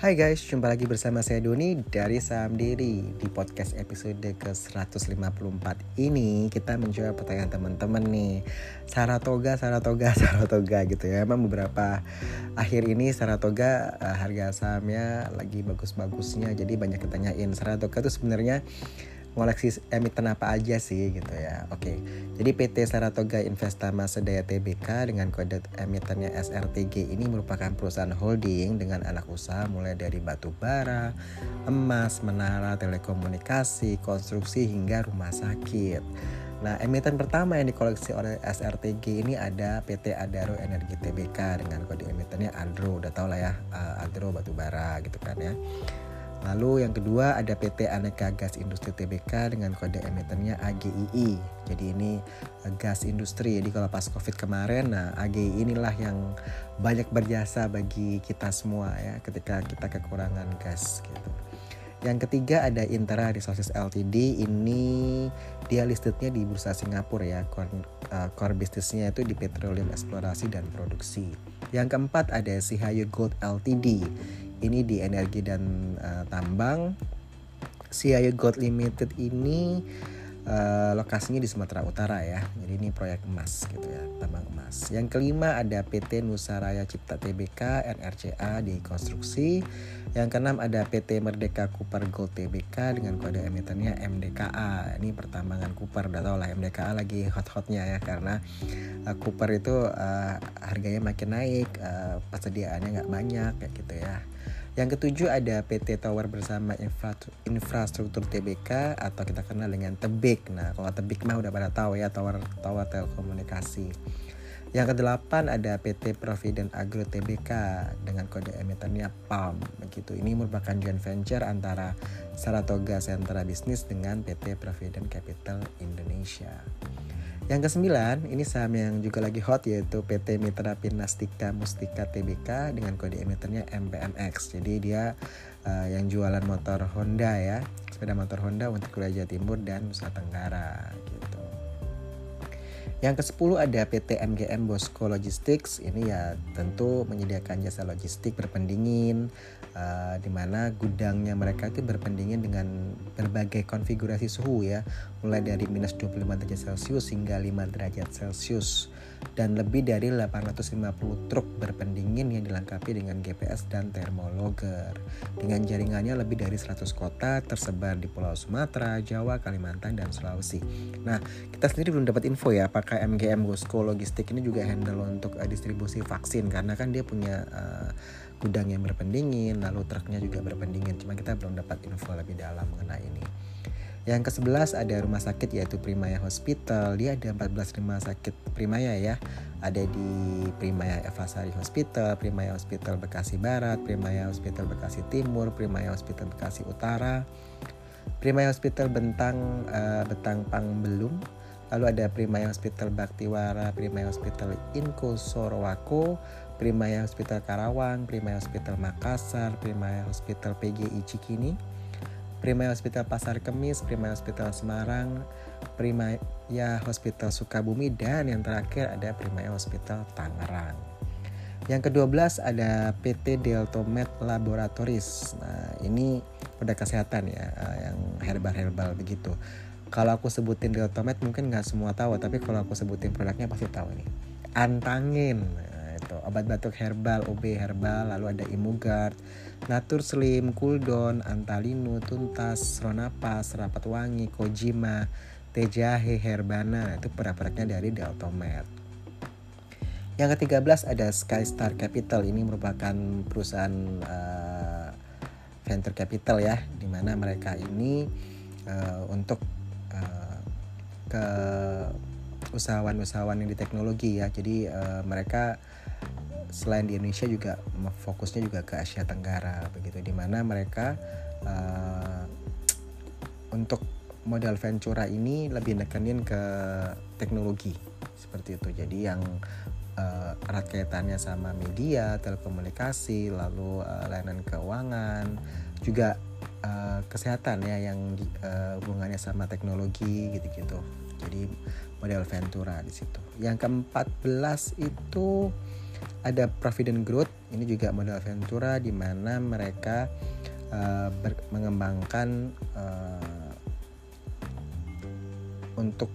Hai guys, jumpa lagi bersama saya Doni dari Saham Diri. Di podcast episode ke-154 ini kita menjawab pertanyaan teman-teman nih. Saratoga gitu ya. Emang beberapa akhir ini Saratoga harga sahamnya lagi bagus-bagusnya. Jadi banyak yang tanyain Saratoga itu sebenarnya ngoleksi emiten apa aja sih gitu ya. Oke. Jadi PT Saratoga Investama Sedaya Tbk dengan kode emitennya SRTG ini merupakan perusahaan holding dengan anak usaha mulai dari batu bara, emas, menara, telekomunikasi, konstruksi hingga rumah sakit. Nah, emiten pertama yang dikoleksi oleh SRTG ini ada PT Adaro Energi Tbk dengan kode emitennya ADRO. Udah tau lah ya, ADRO batu bara gitu kan ya. Lalu yang kedua ada PT Aneka Gas Industri Tbk dengan kode emitennya AGII. Jadi ini gas industri. Jadi kalau pas Covid kemarin, nah AGII inilah yang banyak berjasa bagi kita semua ya ketika kita kekurangan gas gitu. Yang ketiga ada Intera Resources Ltd. Ini dia listednya di Bursa Singapura ya. Core bisnisnya itu di petroleum eksplorasi dan produksi. Yang keempat ada Sihayu Gold Ltd. Ini di energi dan tambang. Sihayu Gold Limited ini lokasinya di Sumatera Utara ya. Jadi ini proyek emas gitu ya, tambang emas. Yang kelima ada PT Nusaraya Cipta Tbk NRCA di konstruksi. Yang keenam ada PT Merdeka Cooper Gold Tbk dengan kode emitennya MDKA. Ini pertambangan Cooper, udah tau lah MDKA lagi hot-hotnya ya karena Cooper itu harganya makin naik, persediaannya nggak banyak kayak gitu ya. Yang ketujuh ada PT Tower Bersama Infrastruktur Tbk atau kita kenal dengan Tebik. Nah, kalau Tebik mah udah pada tahu ya, tower telekomunikasi. Yang kedelapan ada PT Provident Agro Tbk dengan kode emitennya PALM begitu. Ini merupakan joint venture antara Saratoga Sentra Bisnis dengan PT Provident Capital Indonesia. Yang kesembilan, ini saham yang juga lagi hot yaitu PT Mitra Pinastika Mustika Tbk dengan kode emitennya MPMX. Jadi dia yang jualan motor Honda ya, sepeda motor Honda untuk wilayah Jawa Timur dan Nusa Tenggara gitu. Yang ke-10 ada PT MGM Bosco Logistics. Ini ya tentu menyediakan jasa logistik berpendingin, di mana gudangnya mereka itu berpendingin dengan berbagai konfigurasi suhu ya, mulai dari minus 25 derajat Celcius hingga 5 derajat Celcius, dan lebih dari 850 truk berpendingin yang dilengkapi dengan GPS dan thermologer. Dengan jaringannya lebih dari 100 kota tersebar di Pulau Sumatera, Jawa, Kalimantan, dan Sulawesi. Nah, kita sendiri belum dapat info ya apakah MGM Bosco Logistik ini juga handle untuk distribusi vaksin, karena kan dia punya gudang yang berpendingin, lalu truknya juga berpendingin. Cuma kita belum dapat info lebih dalam mengenai ini. Yang ke-11 ada rumah sakit yaitu Primaya Hospital. Dia ada 14 rumah sakit Primaya ya. Ada di Primaya Evasari Hospital, Primaya Hospital Bekasi Barat, Primaya Hospital Bekasi Timur, Primaya Hospital Bekasi Utara, Primaya Hospital Bentang Pangbelum. Lalu ada Primaya Hospital Baktiwara, Primaya Hospital Inko Sorowako, Primaya Hospital Karawang, Primaya Hospital Makassar, Primaya Hospital PGI Cikini, Primaya Hospital Pasar Kemis, Primaya Hospital Semarang, Primaya Hospital Sukabumi, dan yang terakhir ada Primaya Hospital Tangerang. Yang ke-12 ada PT Deltomed Laboratories. Nah, ini produk kesehatan ya, yang herbal begitu. Kalau aku sebutin Deltomed mungkin nggak semua tahu, tapi kalau aku sebutin produknya pasti tahu nih. Antangin, nah, itu obat batuk herbal, OB herbal, lalu ada Imugard, Natur Slim, Kuldon, Antalino, Tuntas, Ronapas, Rapat Wangi, Kojima, Tejahe, Herbana. Itu produk-produknya dari Deltomed. Yang ke-13 ada Skystar Capital. Ini merupakan perusahaan venture capital ya, di mana mereka ini untuk ke usahawan-usahawan yang di teknologi ya. Jadi mereka selain di Indonesia juga fokusnya juga ke Asia Tenggara begitu, di mana mereka untuk modal ventura ini lebih nekenin ke teknologi seperti itu. Jadi yang erat kaitannya sama media, telekomunikasi, lalu layanan keuangan, juga kesehatan ya yang hubungannya sama teknologi gitu-gitu. Jadi model ventura di situ. Yang ke-14 itu Ada Provident Growth, ini juga modal ventura di mana mereka mengembangkan untuk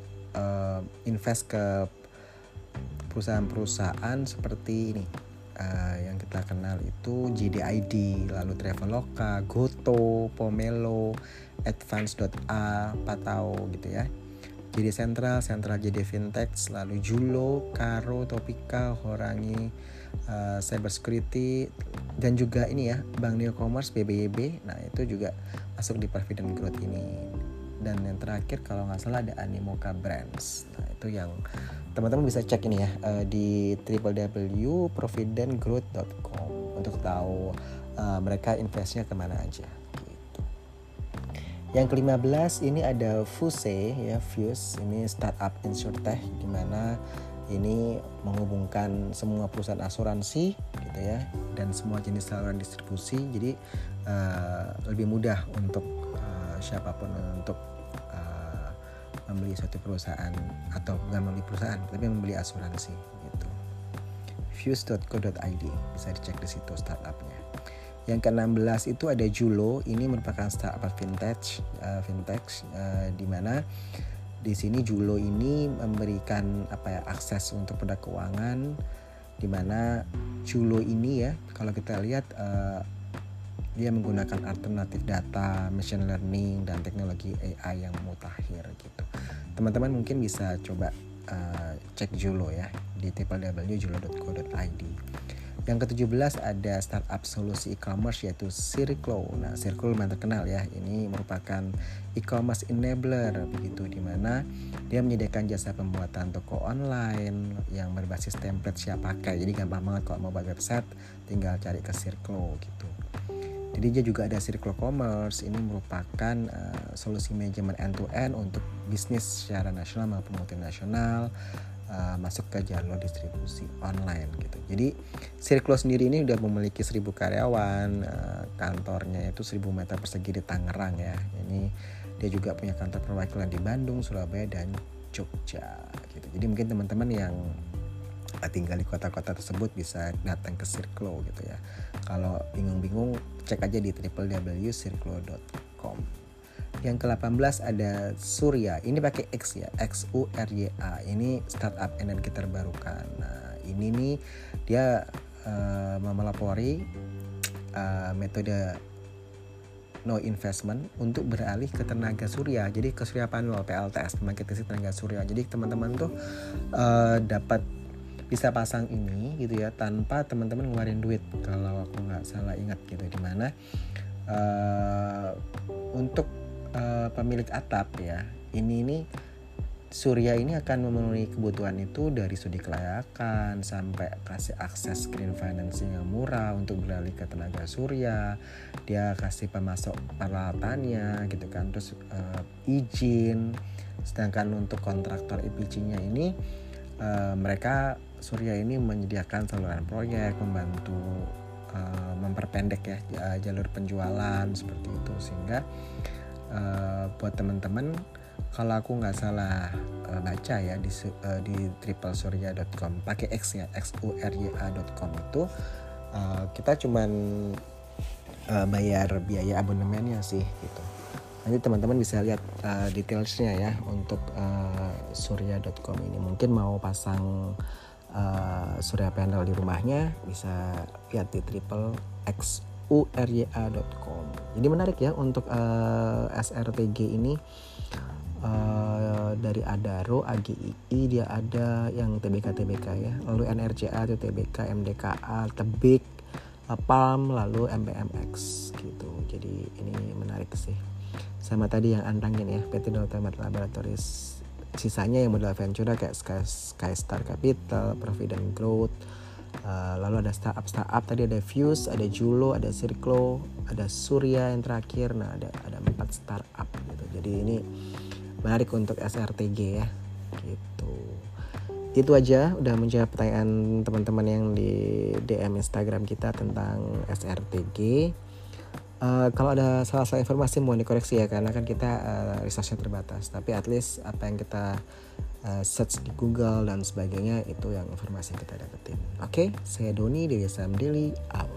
invest ke perusahaan-perusahaan seperti ini, yang kita kenal itu JDID, lalu Traveloka, Goto, Pomelo, Advance.a, Patao gitu ya. JD Central JD Fintech, lalu Julo, Karo, Topika, Horangi, Cybersecurity, dan juga ini ya Bank Neo Commerce, BBYB. Nah itu juga masuk di Provident Growth ini. Dan yang terakhir kalau nggak salah ada Animoca Brands. Nah itu yang teman-teman bisa cek ini ya di www.providentgrowth.com untuk tahu mereka investnya kemana aja. Gitu. Yang ke-15 ini ada Fuse ya, Fuse ini startup insurtech di mana ini menghubungkan semua perusahaan asuransi gitu ya dan semua jenis saluran distribusi. Jadi lebih mudah untuk siapapun untuk membeli suatu perusahaan, atau bukan membeli perusahaan tapi membeli asuransi gitu. Fuse.co.id bisa dicek di situ startupnya. Yang ke-16 itu ada Julo, ini merupakan startup fintech di mana di sini Julo ini memberikan akses untuk produk keuangan, di mana Julo ini ya kalau kita lihat dia menggunakan alternatif data, machine learning, dan teknologi AI yang mutakhir gitu. Teman-teman mungkin bisa coba cek Julo ya di www.julo.co.id. Yang ke-17 ada startup solusi e-commerce yaitu Circlo. Nah, Circlo memang terkenal ya. Ini merupakan e-commerce enabler begitu, di mana dia menyediakan jasa pembuatan toko online yang berbasis template siap pakai. Jadi gampang banget kalau mau buat website tinggal cari ke Circlo gitu. Jadi dia juga ada Circlo Commerce, ini merupakan solusi manajemen end-to-end untuk bisnis secara nasional maupun multinasional, masuk ke jalur distribusi online gitu. Jadi Circlo sendiri ini udah memiliki 1.000 karyawan, kantornya itu 1.000 meter persegi di Tangerang ya. Ini dia juga punya kantor perwakilan di Bandung, Surabaya, dan Jogja gitu. Jadi mungkin teman-teman yang tinggal di kota-kota tersebut bisa datang ke Circlo gitu ya. Kalau bingung-bingung cek aja di www.circlo.com. Yang ke-18 ada Surya. Ini pakai X ya, XURYA. Ini startup energi terbarukan. Nah, ini nih dia melapori metode no investment untuk beralih ke tenaga surya. Jadi ke surya panel, PLTS, pembangkit listrik tenaga surya. Jadi teman-teman tuh dapat bisa pasang ini gitu ya tanpa teman-teman ngeluarin duit kalau aku nggak salah ingat gitu, dimana untuk pemilik atap ya ini surya ini akan memenuhi kebutuhan itu dari studi kelayakan sampai kasih akses green financing yang murah untuk beralih ke tenaga surya, dia kasih pemasok peralatannya gitu kan, terus izin. Sedangkan untuk kontraktor EPC-nya ini mereka Surya ini menyediakan saluran proyek, membantu memperpendek ya jalur penjualan seperti itu, sehingga buat teman-teman kalau aku nggak salah baca ya di tripplesurya.com pakai X ya, XURYA.com itu kita cuman bayar biaya abonemennya sih gitu. Nanti teman-teman bisa lihat detailsnya ya untuk surya.com ini. Mungkin mau pasang surya panel di rumahnya bisa lihat di xurya.com. Jadi menarik ya untuk SRTG ini dari Adaro, AGII dia ada yang TBK ya, lalu NRCA, TBK, MDKA, Tebik, PALM, lalu MBMX gitu. Jadi ini menarik sih. Sama tadi yang antangin ya, PT Ultimate Laboratories. Sisanya yang modal venture kayak Skystar Capital, Provident Growth, lalu ada startup tadi ada Fuse, ada Julo, ada Circlo, ada Surya yang terakhir. Nah ada 4 startup gitu. Jadi ini menarik untuk SRTG ya gitu. Itu aja udah menjawab pertanyaan teman-teman yang di DM Instagram kita tentang SRTG. Kalau ada salah informasi mohon dikoreksi ya, karena kan kita resource-nya terbatas, tapi at least apa yang kita search di Google dan sebagainya, itu yang informasi yang kita dapetin. Oke, saya Doni dari Saham Daily out.